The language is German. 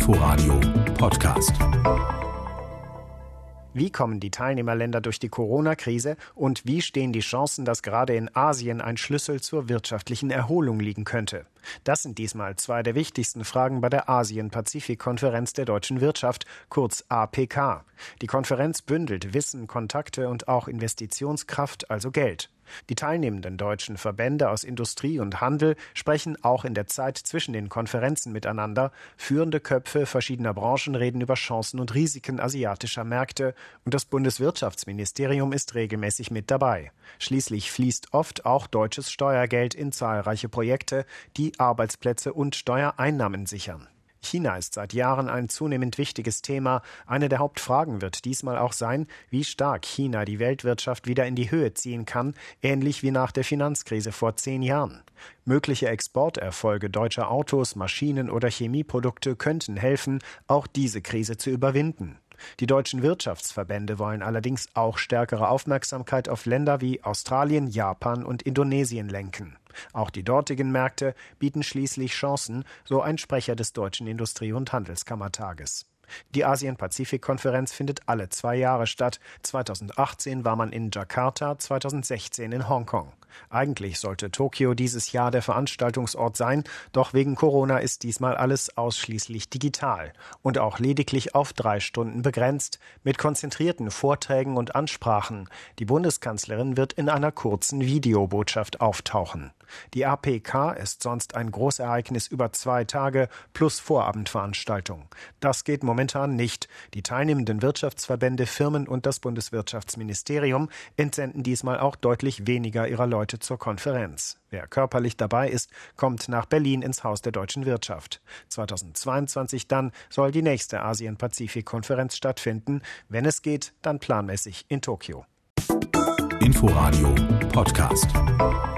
Inforadio Podcast. Wie kommen die Teilnehmerländer durch die Corona-Krise und wie stehen die Chancen, dass gerade in Asien ein Schlüssel zur wirtschaftlichen Erholung liegen könnte? Das sind diesmal zwei der wichtigsten Fragen bei der Asien-Pazifik-Konferenz der deutschen Wirtschaft, kurz APK. Die Konferenz bündelt Wissen, Kontakte und auch Investitionskraft, also Geld. Die teilnehmenden deutschen Verbände aus Industrie und Handel sprechen auch in der Zeit zwischen den Konferenzen miteinander. Führende Köpfe verschiedener Branchen reden über Chancen und Risiken asiatischer Märkte und das Bundeswirtschaftsministerium ist regelmäßig mit dabei. Schließlich fließt oft auch deutsches Steuergeld in zahlreiche Projekte, die Arbeitsplätze und Steuereinnahmen sichern. China ist seit Jahren ein zunehmend wichtiges Thema. Eine der Hauptfragen wird diesmal auch sein, wie stark China die Weltwirtschaft wieder in die Höhe ziehen kann, ähnlich wie nach der Finanzkrise vor 10 Jahren. Mögliche Exporterfolge deutscher Autos, Maschinen oder Chemieprodukte könnten helfen, auch diese Krise zu überwinden. Die deutschen Wirtschaftsverbände wollen allerdings auch stärkere Aufmerksamkeit auf Länder wie Australien, Japan und Indonesien lenken. Auch die dortigen Märkte bieten schließlich Chancen, so ein Sprecher des Deutschen Industrie- und Handelskammertages. Die Asien-Pazifik-Konferenz findet alle 2 Jahre statt. 2018 war man in Jakarta, 2016 in Hongkong. Eigentlich sollte Tokio dieses Jahr der Veranstaltungsort sein, doch wegen Corona ist diesmal alles ausschließlich digital und auch lediglich auf 3 Stunden begrenzt, mit konzentrierten Vorträgen und Ansprachen. Die Bundeskanzlerin wird in einer kurzen Videobotschaft auftauchen. Die APK ist sonst ein Großereignis über 2 Tage plus Vorabendveranstaltung. Das geht momentan nicht. Die teilnehmenden Wirtschaftsverbände, Firmen und das Bundeswirtschaftsministerium entsenden diesmal auch deutlich weniger ihrer Leute zur Konferenz. Wer körperlich dabei ist, kommt nach Berlin ins Haus der deutschen Wirtschaft. 2022 dann soll die nächste Asien-Pazifik-Konferenz stattfinden. Wenn es geht, dann planmäßig in Tokio. Inforadio Podcast.